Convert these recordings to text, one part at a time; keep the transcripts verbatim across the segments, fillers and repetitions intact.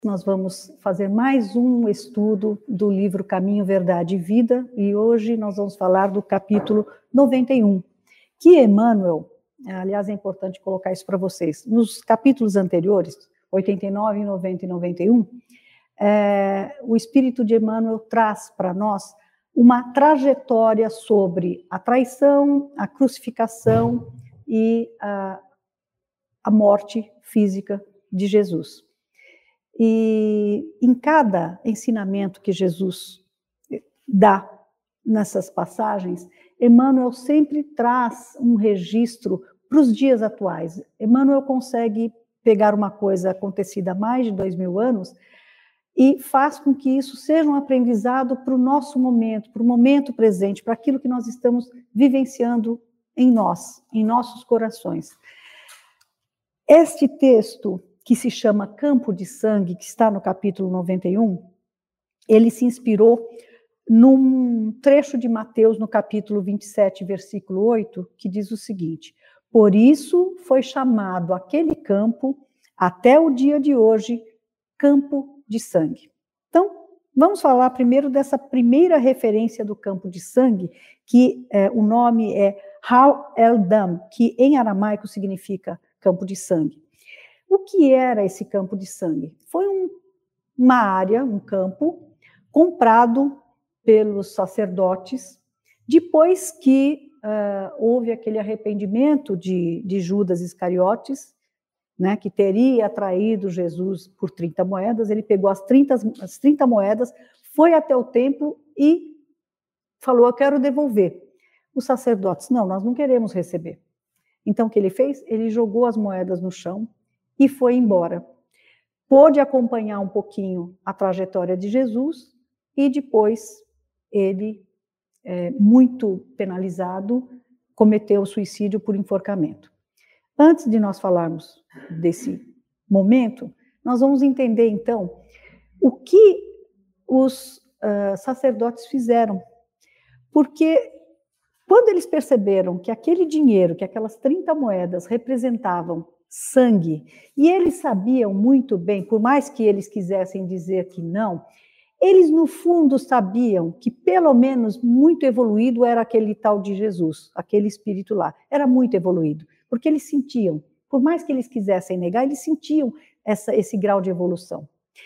Nós vamos fazer mais um estudo do livro Caminho, Verdade e Vida, e hoje nós vamos falar do capítulo noventa e um, que Emmanuel, aliás, é importante colocar isso para vocês, nos capítulos anteriores, oitenta e nove, noventa e noventa e um, é, o Espírito de Emmanuel traz para nós uma trajetória sobre a traição, a crucificação e a, a morte física de Jesus. E em cada ensinamento que Jesus dá nessas passagens, Emmanuel sempre traz um registro para os dias atuais. Emmanuel consegue pegar uma coisa acontecida há mais de dois mil anos e faz com que isso seja um aprendizado para o nosso momento, para o momento presente, para aquilo que nós estamos vivenciando em nós, em nossos corações. Este texto, que se chama Campo de Sangue, que está no capítulo noventa e um, ele se inspirou num trecho de Mateus, no capítulo vinte e sete, versículo oito, que diz o seguinte: por isso foi chamado aquele campo, até o dia de hoje, campo de sangue. Então, vamos falar primeiro dessa primeira referência do campo de sangue, que é, o nome é Hal el-Dam, que em aramaico significa campo de sangue. O que era esse campo de sangue? Foi um, uma área, um campo, comprado pelos sacerdotes, depois que uh, houve aquele arrependimento de, de Judas Iscariotes, né, que teria traído Jesus por trinta moedas, ele pegou as trinta, as trinta moedas, foi até o templo e falou, eu quero devolver. Os sacerdotes, não, nós não queremos receber. Então, o que ele fez? Ele jogou as moedas no chão, e foi embora. Pôde acompanhar um pouquinho a trajetória de Jesus e depois ele, é, muito penalizado, cometeu suicídio por enforcamento. Antes de nós falarmos desse momento, nós vamos entender então o que os uh, sacerdotes fizeram. Porque quando eles perceberam que aquele dinheiro, que aquelas trinta moedas representavam sangue, e eles sabiam muito bem, por mais que eles quisessem dizer que não, eles no fundo sabiam que pelo menos muito evoluído era aquele tal de Jesus, aquele espírito lá, era muito evoluído, porque eles sentiam, por mais que eles quisessem negar, eles sentiam essa, esse grau de evolução.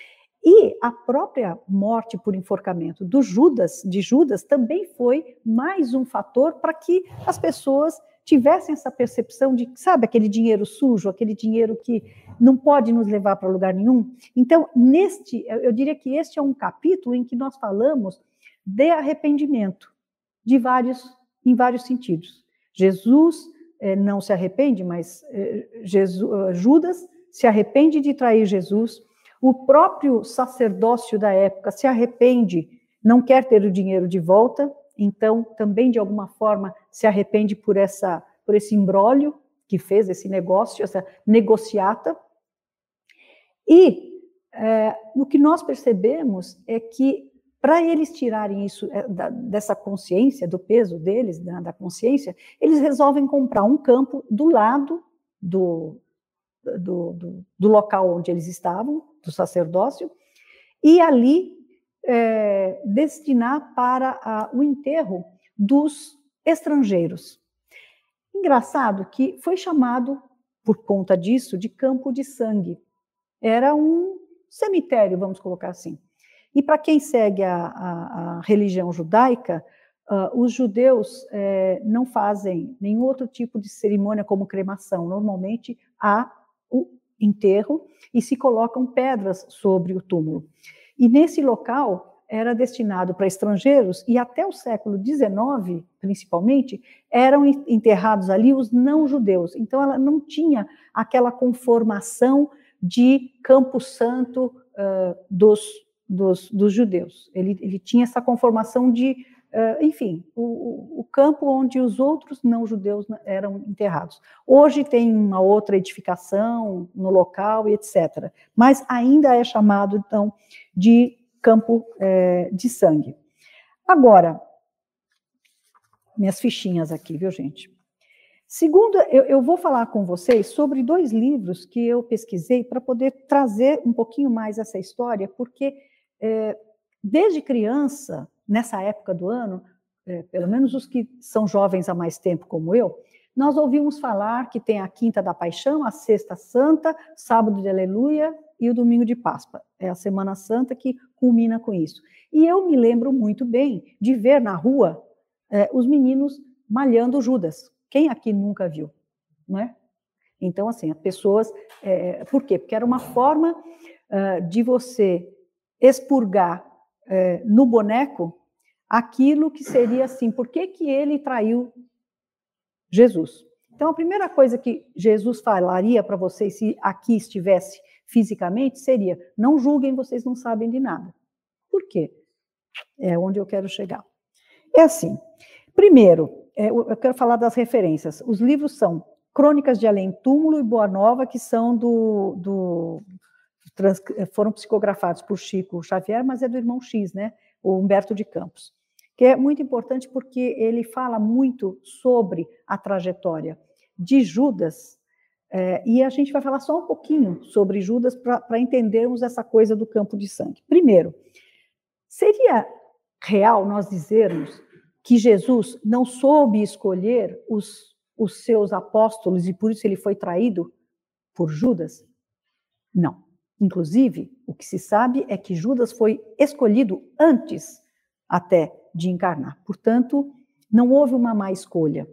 E a própria morte por enforcamento do Judas, de Judas também foi mais um fator para que as pessoas tivessem essa percepção de, sabe, aquele dinheiro sujo, aquele dinheiro que não pode nos levar para lugar nenhum. Então, neste, eu diria que este é um capítulo em que nós falamos de arrependimento, de vários, em vários sentidos. Jesus eh, não se arrepende, mas eh, Jesus, Judas se arrepende de trair Jesus. O próprio sacerdócio da época se arrepende, não quer ter o dinheiro de volta, então também de alguma forma se arrepende por, essa, por esse imbróglio que fez, esse negócio, essa negociata. E é, o que nós percebemos é que para eles tirarem isso é, da, dessa consciência, do peso deles, da, da consciência, eles resolvem comprar um campo do lado do, do, do, do local onde eles estavam, do sacerdócio, e ali é, destinar para a, o enterro dos estrangeiros. Engraçado que foi chamado, por conta disso, de campo de sangue. Era um cemitério, vamos colocar assim. E para quem segue a, a, a religião judaica, uh, os judeus é, não fazem nenhum outro tipo de cerimônia como cremação. Normalmente há o enterro e se colocam pedras sobre o túmulo. E nesse local era destinado para estrangeiros e até o século dezenove, principalmente, eram enterrados ali os não-judeus. Então ela não tinha aquela conformação de campo santo uh, dos, dos, dos judeus. Ele, ele tinha essa conformação de, uh, enfim, o, o campo onde os outros não-judeus eram enterrados. Hoje tem uma outra edificação no local e etcétera. Mas ainda é chamado, então, de campo é, de sangue. Agora, minhas fichinhas aqui, viu, gente? Segundo, eu, eu vou falar com vocês sobre dois livros que eu pesquisei para poder trazer um pouquinho mais essa história, porque é, desde criança, nessa época do ano, é, pelo menos os que são jovens há mais tempo como eu, nós ouvimos falar que tem a Quinta da Paixão, a Sexta Santa, Sábado de Aleluia e o Domingo de Páscoa. É a Semana Santa que culmina com isso. E eu me lembro muito bem de ver na rua é, os meninos malhando Judas. Quem aqui nunca viu? Não é? Então, assim, as pessoas... É, por quê? Porque era uma forma uh, de você expurgar é, no boneco aquilo que seria assim, por que que ele traiu Jesus? Então, a primeira coisa que Jesus falaria para vocês, se aqui estivesse fisicamente, seria: não julguem, vocês não sabem de nada. Por quê? É onde eu quero chegar. É assim, primeiro, eu quero falar das referências. Os livros são Crônicas de Além Túmulo e Boa Nova, que são do, do trans, foram psicografados por Chico Xavier, mas é do irmão X, né? O Humberto de Campos, que é muito importante porque ele fala muito sobre a trajetória de Judas, é, e a gente vai falar só um pouquinho sobre Judas para entendermos essa coisa do campo de sangue. Primeiro, seria real nós dizermos que Jesus não soube escolher os, os seus apóstolos e por isso ele foi traído por Judas? Não. Inclusive, o que se sabe é que Judas foi escolhido antes até de encarnar. Portanto, não houve uma má escolha.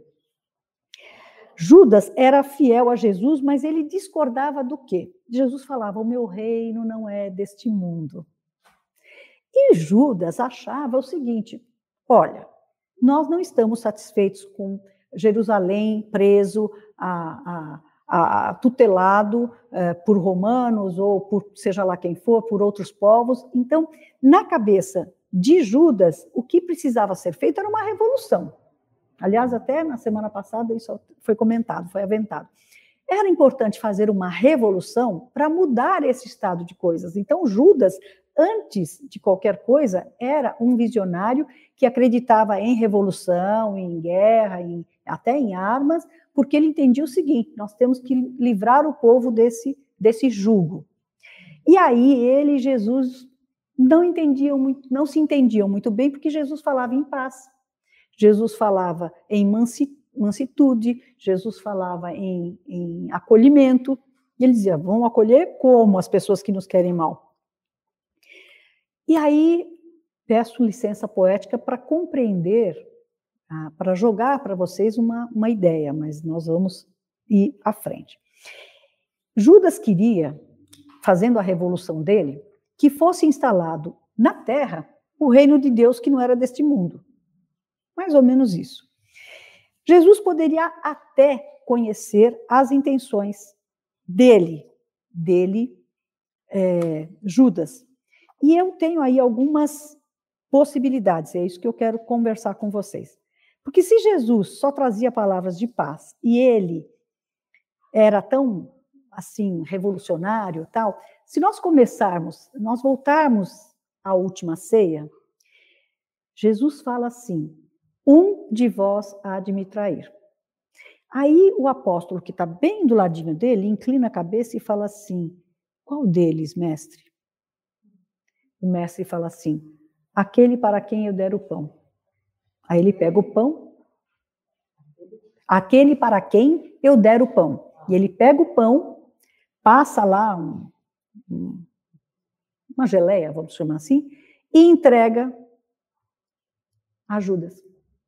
Judas era fiel a Jesus, mas ele discordava do quê? Jesus falava: o meu reino não é deste mundo. E Judas achava o seguinte: olha, nós não estamos satisfeitos com Jerusalém preso, a, a, a, tutelado eh, por romanos ou por seja lá quem for, por outros povos. Então, na cabeça de Judas, o que precisava ser feito era uma revolução. Aliás, até na semana passada isso foi comentado, foi aventado. Era importante fazer uma revolução para mudar esse estado de coisas. Então, Judas, antes de qualquer coisa, era um visionário que acreditava em revolução, em guerra, em, até em armas, porque ele entendia o seguinte: nós temos que livrar o povo desse, desse jugo. E aí ele e Jesus não entendiam muito, não se entendiam muito bem, porque Jesus falava em paz. Jesus falava em mansitude, Jesus falava em, em acolhimento, e ele dizia: vão acolher como as pessoas que nos querem mal? E aí, peço licença poética para compreender, ah, para jogar para vocês uma, uma ideia, mas nós vamos ir à frente. Judas queria, fazendo a revolução dele, que fosse instalado na terra o reino de Deus que não era deste mundo. Mais ou menos isso. Jesus poderia até conhecer as intenções dele, dele, é, Judas. E eu tenho aí algumas possibilidades, é isso que eu quero conversar com vocês. Porque se Jesus só trazia palavras de paz e ele era tão, assim, revolucionário, tal, se nós começarmos, nós voltarmos à última ceia, Jesus fala assim: um de vós há de me trair. Aí o apóstolo, que está bem do ladinho dele, inclina a cabeça e fala assim: qual deles, mestre? O mestre fala assim: aquele para quem eu der o pão. Aí ele pega o pão, aquele para quem eu der o pão. E ele pega o pão, passa lá um, um, uma geleia, vamos chamar assim, e entrega a Judas.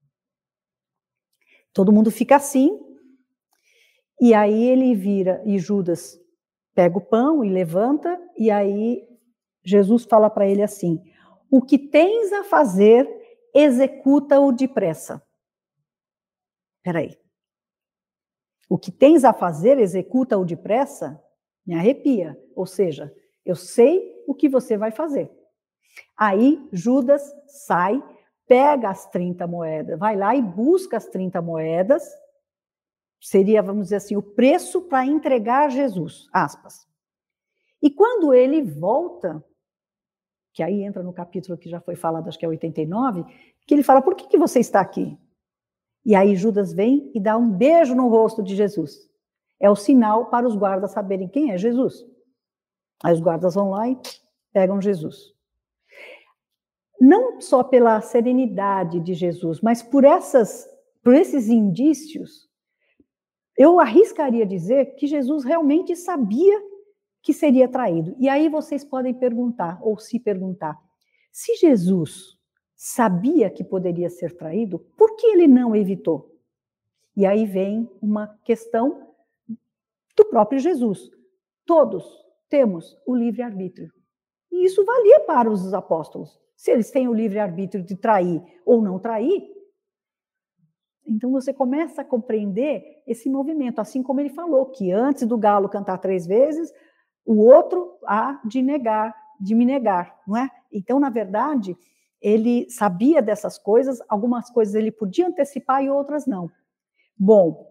Todo mundo fica assim, e aí ele vira, e Judas pega o pão e levanta, e aí Jesus fala para ele assim: o que tens a fazer, executa-o depressa. Espera aí. O que tens a fazer, executa-o depressa, me arrepia. Ou seja, eu sei o que você vai fazer. Aí Judas sai, pega as trinta moedas, vai lá e busca as trinta moedas, seria, vamos dizer assim, o preço para entregar Jesus, aspas. E quando ele volta, que aí entra no capítulo que já foi falado, acho que é oitenta e nove, que ele fala: por que, que você está aqui? E aí Judas vem e dá um beijo no rosto de Jesus. É o sinal para os guardas saberem quem é Jesus. Aí os guardas vão lá e pegam Jesus. Não só pela serenidade de Jesus, mas por, essas, por esses indícios, eu arriscaria dizer que Jesus realmente sabia que seria traído. E aí vocês podem perguntar, ou se perguntar, se Jesus sabia que poderia ser traído, por que ele não evitou? E aí vem uma questão do próprio Jesus. Todos temos o livre-arbítrio. E isso valia para os apóstolos. Se eles têm o livre-arbítrio de trair ou não trair, então você começa a compreender esse movimento, assim como ele falou, que antes do galo cantar três vezes, o outro há de negar, de me negar, não é? Então, na verdade, ele sabia dessas coisas, algumas coisas ele podia antecipar e outras não. Bom,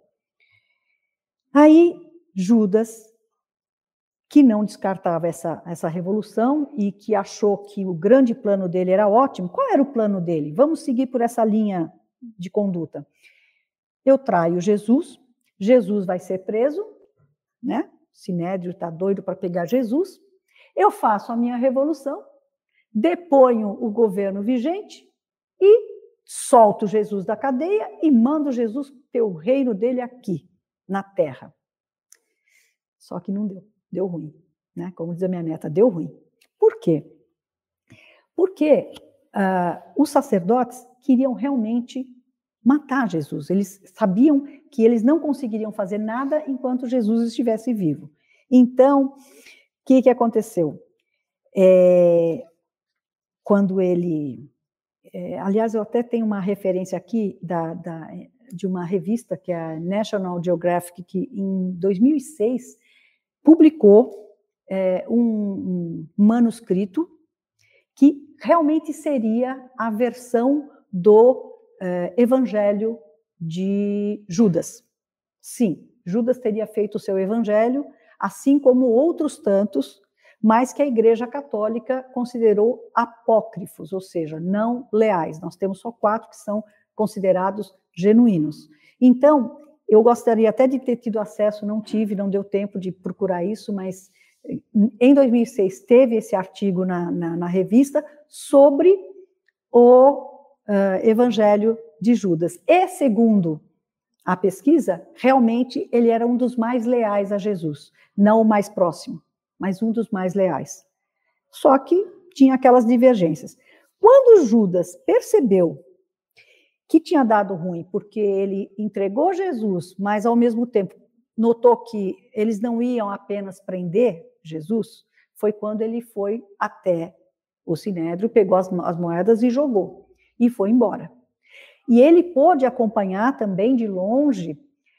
aí Judas, que não descartava essa, essa revolução e que achou que o grande plano dele era ótimo. Qual era o plano dele? Vamos seguir por essa linha de conduta. Eu traio Jesus, Jesus vai ser preso, né? O Sinédrio está doido para pegar Jesus. Eu faço a minha revolução, deponho o governo vigente e solto Jesus da cadeia e mando Jesus ter o reino dele aqui, na terra. Só que não deu, deu ruim, né? Como diz a minha neta, deu ruim. Por quê? Porque uh, os sacerdotes queriam realmente matar Jesus. Eles sabiam que eles não conseguiriam fazer nada enquanto Jesus estivesse vivo. Então, o que, que aconteceu? É, quando ele... É, aliás, eu até tenho uma referência aqui da, da, de uma revista, que é a National Geographic, que em dois mil e seis publicou é, um, um manuscrito que realmente seria a versão do é, Evangelho de Judas. Sim, Judas teria feito o seu evangelho, assim como outros tantos, mas que a Igreja Católica considerou apócrifos, ou seja, não leais. Nós temos só quatro que são considerados genuínos. Então, eu gostaria até de ter tido acesso, não tive, não deu tempo de procurar isso, mas em dois mil e seis teve esse artigo na, na, na revista sobre o uh, Evangelho de Judas. E, segundo a pesquisa, realmente ele era um dos mais leais a Jesus, não o mais próximo, mas um dos mais leais. Só que tinha aquelas divergências. Quando Judas percebeu que tinha dado ruim, porque ele entregou Jesus, mas ao mesmo tempo notou que eles não iam apenas prender Jesus, foi quando ele foi até o Sinédrio, pegou as, as moedas e jogou, e foi embora. E ele pôde acompanhar também de longe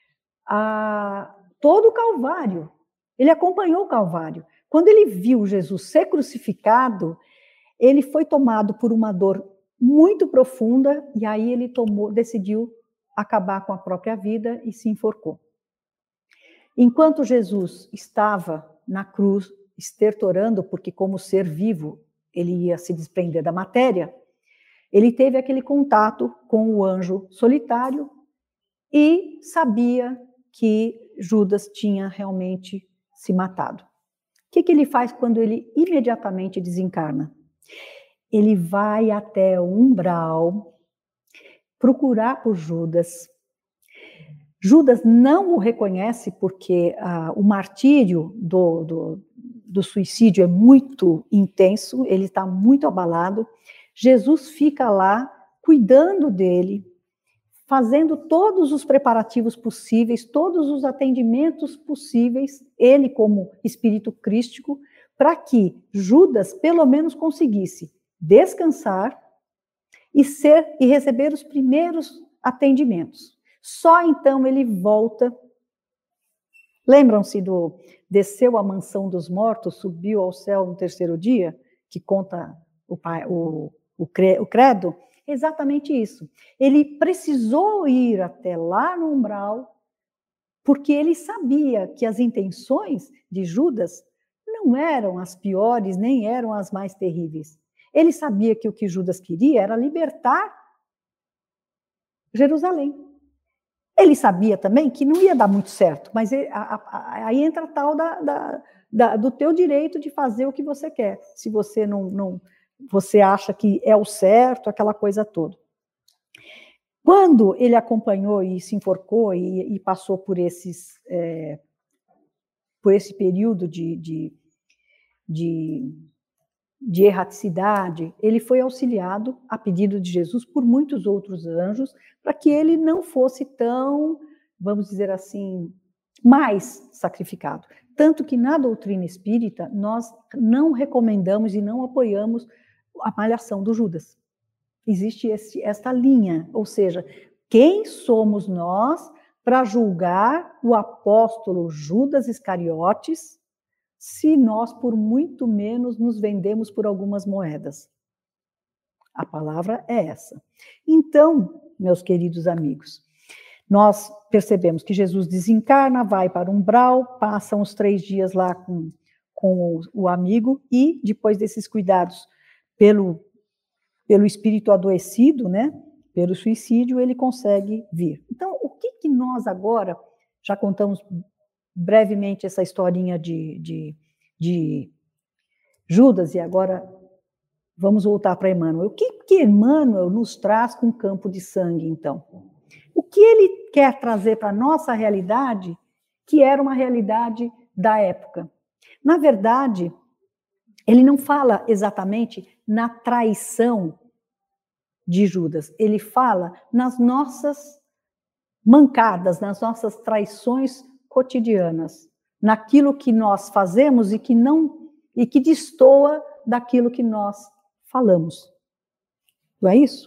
a, todo o Calvário. Ele acompanhou o Calvário. Quando ele viu Jesus ser crucificado, ele foi tomado por uma dor muito profunda, e aí ele tomou, decidiu acabar com a própria vida e se enforcou. Enquanto Jesus estava na cruz, estertorando, porque como ser vivo, ele ia se desprender da matéria, ele teve aquele contato com o anjo solitário e sabia que Judas tinha realmente se matado. O que, que ele faz quando ele imediatamente desencarna? Ele vai até o umbral procurar por Judas. Judas não o reconhece porque ah, o martírio do, do, do suicídio é muito intenso, ele está muito abalado. Jesus fica lá cuidando dele, fazendo todos os preparativos possíveis, todos os atendimentos possíveis, ele como espírito crístico, para que Judas pelo menos conseguisse descansar e ser e receber os primeiros atendimentos. Só então ele volta. Lembram-se do desceu à mansão dos mortos, subiu ao céu no terceiro dia, que conta o, o, o credo? Exatamente isso. Ele precisou ir até lá no umbral, porque ele sabia que as intenções de Judas não eram as piores, nem eram as mais terríveis. Ele sabia que o que Judas queria era libertar Jerusalém. Ele sabia também que não ia dar muito certo, mas ele, a, a, aí entra a tal da, da, da, do teu direito de fazer o que você quer, se você não, não você acha que é o certo, aquela coisa toda. Quando ele acompanhou e se enforcou e, e passou por, esses, é, por esse período de, de, de, de erraticidade, ele foi auxiliado, a pedido de Jesus, por muitos outros anjos, para que ele não fosse tão, vamos dizer assim, mais sacrificado. Tanto que na doutrina espírita, nós não recomendamos e não apoiamos a malhação do Judas. Existe esse, esta linha, ou seja, quem somos nós para julgar o apóstolo Judas Iscariotes se nós, por muito menos, nos vendemos por algumas moedas? A palavra é essa. Então, meus queridos amigos, nós percebemos que Jesus desencarna, vai para o umbral, passam os três dias lá com, com o, o amigo e, depois desses cuidados pelo, pelo espírito adoecido, né, pelo suicídio, ele consegue vir. Então, o que, que nós agora, já contamos brevemente essa historinha de, de, de Judas, e agora vamos voltar para Emmanuel. O que, que Emmanuel nos traz com o campo de sangue, então? O que ele quer trazer para a nossa realidade, que era uma realidade da época? Na verdade, ele não fala exatamente na traição de Judas, ele fala nas nossas mancadas, nas nossas traições cotidianas, naquilo que nós fazemos e que não e que destoa daquilo que nós falamos. Não é isso?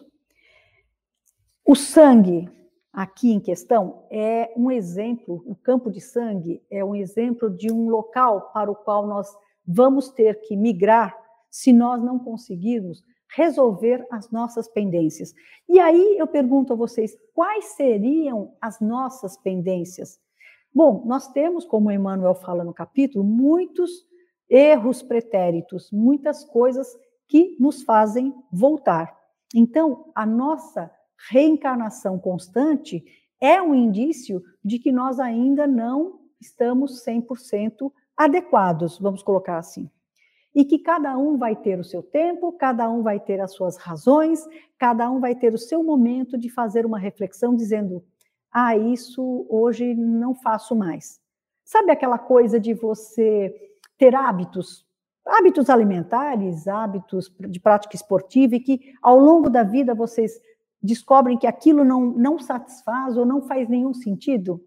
O sangue aqui em questão é um exemplo, o campo de sangue é um exemplo de um local para o qual nós vamos ter que migrar se nós não conseguirmos resolver as nossas pendências. E aí eu pergunto a vocês, quais seriam as nossas pendências? Bom, nós temos, como Emmanuel fala no capítulo, muitos erros pretéritos, muitas coisas que nos fazem voltar. Então, a nossa reencarnação constante é um indício de que nós ainda não estamos cem por cento adequados, vamos colocar assim. E que cada um vai ter o seu tempo, cada um vai ter as suas razões, cada um vai ter o seu momento de fazer uma reflexão dizendo, ah, isso hoje não faço mais. Sabe aquela coisa de você ter hábitos, hábitos alimentares, hábitos de prática esportiva, e que ao longo da vida vocês descobrem que aquilo não, não satisfaz ou não faz nenhum sentido?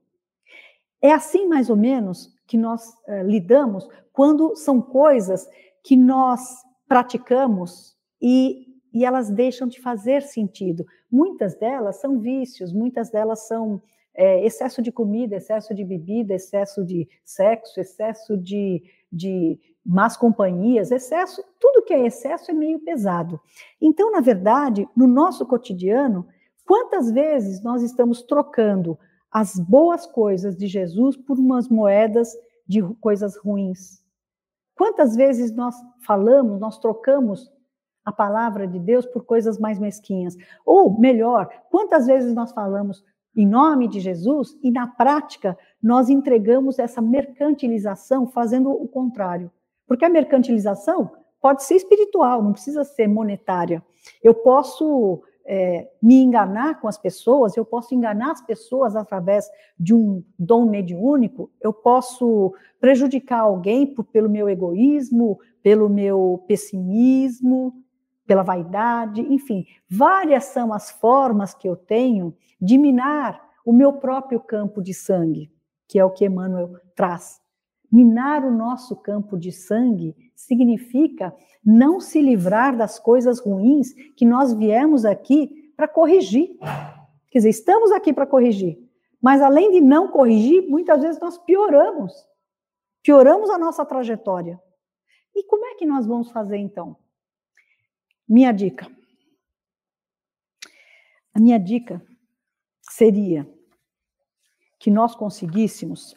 É assim, mais ou menos, que nós uh, lidamos quando são coisas que nós praticamos e, e elas deixam de fazer sentido. Muitas delas são vícios, muitas delas são é, excesso de comida, excesso de bebida, excesso de sexo, excesso de, de más companhias, excesso, tudo que é excesso é meio pesado. Então, na verdade, no nosso cotidiano, quantas vezes nós estamos trocando as boas coisas de Jesus por umas moedas de coisas ruins? Quantas vezes nós falamos, nós trocamos a palavra de Deus por coisas mais mesquinhas? Ou, melhor, quantas vezes nós falamos em nome de Jesus e, na prática, nós entregamos essa mercantilização fazendo o contrário? Porque a mercantilização pode ser espiritual, não precisa ser monetária. Eu posso é, me enganar com as pessoas, eu posso enganar as pessoas através de um dom mediúnico, eu posso prejudicar alguém por, pelo meu egoísmo, pelo meu pessimismo, pela vaidade, enfim, várias são as formas que eu tenho de minar o meu próprio campo de sangue, que é o que Emmanuel traz. Minar o nosso campo de sangue significa não se livrar das coisas ruins que nós viemos aqui para corrigir. Quer dizer, estamos aqui para corrigir, mas além de não corrigir, muitas vezes nós pioramos. Pioramos a nossa trajetória. E como é que nós vamos fazer então? Minha dica. A minha dica seria que nós conseguíssemos,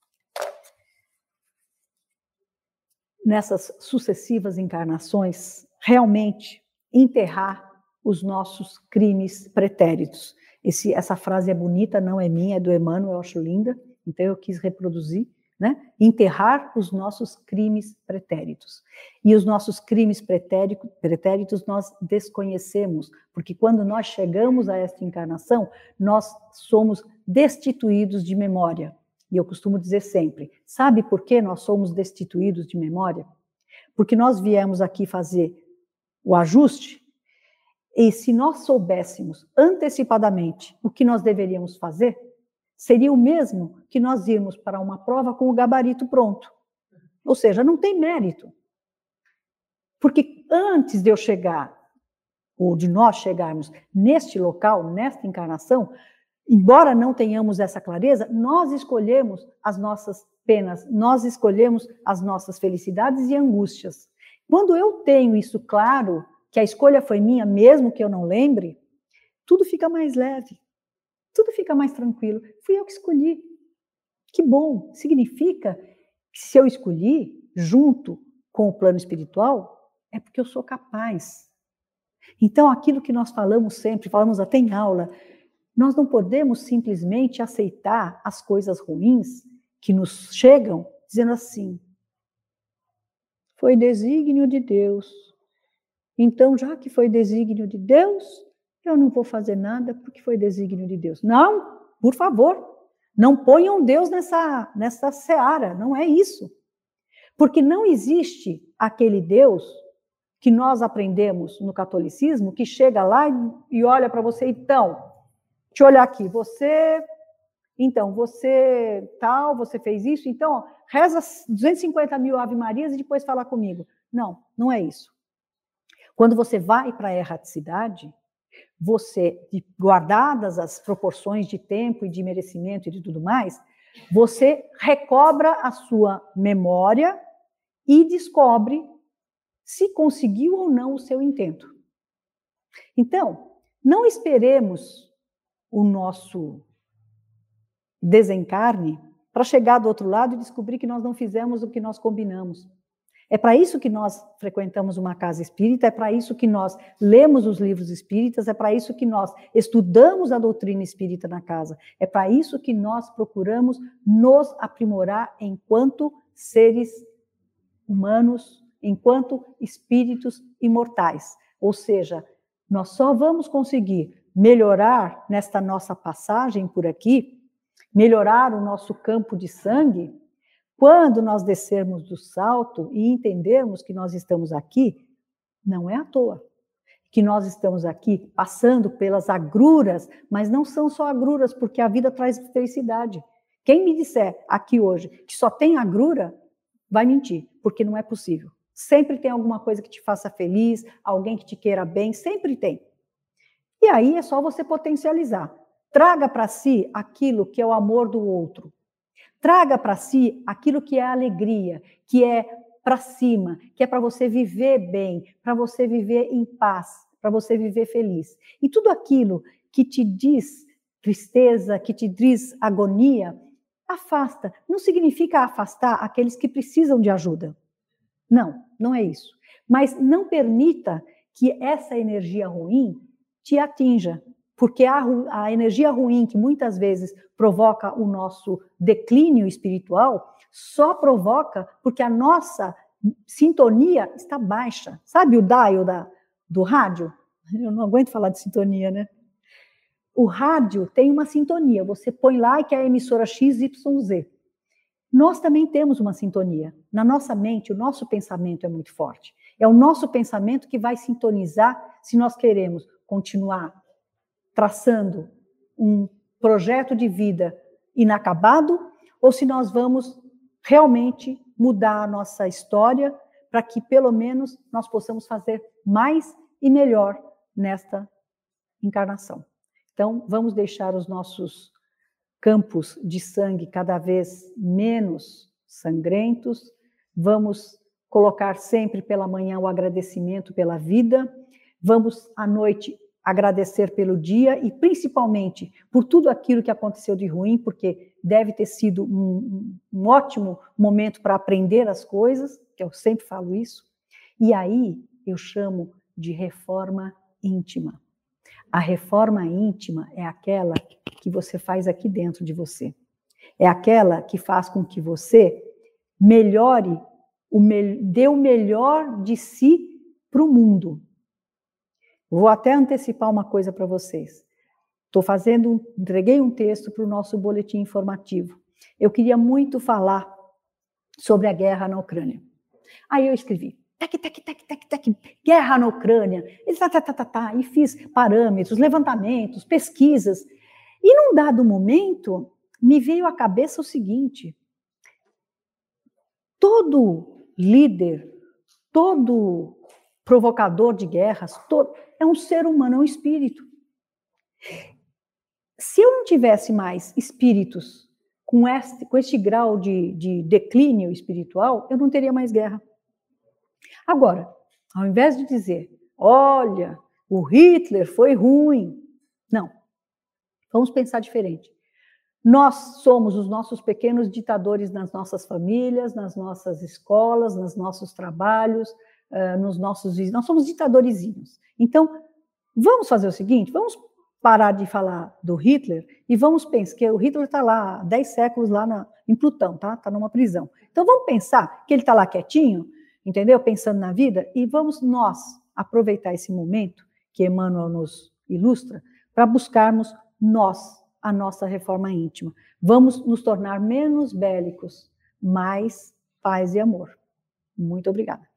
nessas sucessivas encarnações, realmente enterrar os nossos crimes pretéritos. Esse, essa frase é bonita, não é minha, é do Emmanuel, eu acho linda, então eu quis reproduzir, né? Enterrar os nossos crimes pretéritos. E os nossos crimes pretéritos nós desconhecemos, porque quando nós chegamos a esta encarnação, nós somos destituídos de memória. E eu costumo dizer sempre, sabe por que nós somos destituídos de memória? Porque nós viemos aqui fazer o ajuste, e se nós soubéssemos antecipadamente o que nós deveríamos fazer, seria o mesmo que nós irmos para uma prova com o gabarito pronto. Ou seja, não tem mérito. Porque antes de eu chegar, ou de nós chegarmos neste local, nesta encarnação, embora não tenhamos essa clareza, nós escolhemos as nossas penas, nós escolhemos as nossas felicidades e angústias. Quando eu tenho isso claro, que a escolha foi minha, mesmo que eu não lembre, tudo fica mais leve, tudo fica mais tranquilo. Fui eu que escolhi. Que bom! Significa que se eu escolhi, junto com o plano espiritual, é porque eu sou capaz. Então, aquilo que nós falamos sempre, falamos até em aula, nós não podemos simplesmente aceitar as coisas ruins que nos chegam, dizendo assim, foi desígnio de Deus. Então, já que foi desígnio de Deus, eu não vou fazer nada porque foi desígnio de Deus. Não, por favor, não ponham Deus nessa, nessa seara, não é isso. Porque não existe aquele Deus que nós aprendemos no catolicismo, que chega lá e, e olha para você, então, deixa eu olhar aqui, você, então, você tal, você fez isso, então, ó, reza duzentos e cinquenta mil Ave Marias e depois fala comigo. Não, não é isso. Quando você vai para a erraticidade, você, guardadas as proporções de tempo e de merecimento e de tudo mais, você recobra a sua memória e descobre se conseguiu ou não o seu intento. Então, não esperemos o nosso desencarne para chegar do outro lado e descobrir que nós não fizemos o que nós combinamos. É para isso que nós frequentamos uma casa espírita, é para isso que nós lemos os livros espíritas, é para isso que nós estudamos a doutrina espírita na casa, é para isso que nós procuramos nos aprimorar enquanto seres humanos, enquanto espíritos imortais. Ou seja, nós só vamos conseguir melhorar nesta nossa passagem por aqui, melhorar o nosso campo de sangue, quando nós descermos do salto e entendermos que nós estamos aqui, não é à toa. Que nós estamos aqui passando pelas agruras, mas não são só agruras, porque a vida traz felicidade. Quem me disser aqui hoje que só tem agrura, vai mentir, porque não é possível. Sempre tem alguma coisa que te faça feliz, alguém que te queira bem, sempre tem. E aí é só você potencializar. Traga para si aquilo que é o amor do outro. Traga para si aquilo que é a alegria, que é para cima, que é para você viver bem, para você viver em paz, para você viver feliz. E tudo aquilo que te diz tristeza, que te diz agonia, afasta. Não significa afastar aqueles que precisam de ajuda. Não, não é isso. Mas não permita que essa energia ruim te atinja. Porque a, a energia ruim que muitas vezes provoca o nosso declínio espiritual, só provoca porque a nossa sintonia está baixa. Sabe o dial da, do rádio? Eu não aguento falar de sintonia, né? O rádio tem uma sintonia, você põe lá e que é a emissora X Y Z. Nós também temos uma sintonia. Na nossa mente, o nosso pensamento é muito forte. É o nosso pensamento que vai sintonizar se nós queremos continuar traçando um projeto de vida inacabado, ou se nós vamos realmente mudar a nossa história para que, pelo menos, nós possamos fazer mais e melhor nesta encarnação. Então, vamos deixar os nossos campos de sangue cada vez menos sangrentos, vamos colocar sempre pela manhã o agradecimento pela vida, vamos à noite agradecer pelo dia e principalmente por tudo aquilo que aconteceu de ruim, porque deve ter sido um, um ótimo momento para aprender as coisas, que eu sempre falo isso, e aí eu chamo de reforma íntima. A reforma íntima é aquela que você faz aqui dentro de você. É aquela que faz com que você melhore, o me- dê o melhor de si para o mundo. Vou até antecipar uma coisa para vocês. Estou fazendo, entreguei um texto para o nosso boletim informativo. Eu queria muito falar sobre a guerra na Ucrânia. Aí eu escrevi, tec, tec, tec, tec, tec, guerra na Ucrânia, e, tá, tá, tá, tá, tá, e fiz parâmetros, levantamentos, pesquisas. E num dado momento, me veio à cabeça o seguinte, todo líder, todo provocador de guerras, todo, é um ser humano, é um espírito. Se eu não tivesse mais espíritos com este, com este grau de, de declínio espiritual, eu não teria mais guerra. Agora, ao invés de dizer, olha, o Hitler foi ruim, não, vamos pensar diferente. Nós somos os nossos pequenos ditadores nas nossas famílias, nas nossas escolas, nos nossos trabalhos, uh, nos nossos... Nós somos ditadorzinhos. Então, vamos fazer o seguinte, vamos parar de falar do Hitler e vamos pensar que o Hitler está lá há dez séculos lá na, em Plutão, tá? Está numa prisão. Então, vamos pensar que ele está lá quietinho, entendeu? Pensando na vida, e vamos nós aproveitar esse momento que Emmanuel nos ilustra para buscarmos nós, a nossa reforma íntima. Vamos nos tornar menos bélicos, mais paz e amor. Muito obrigada.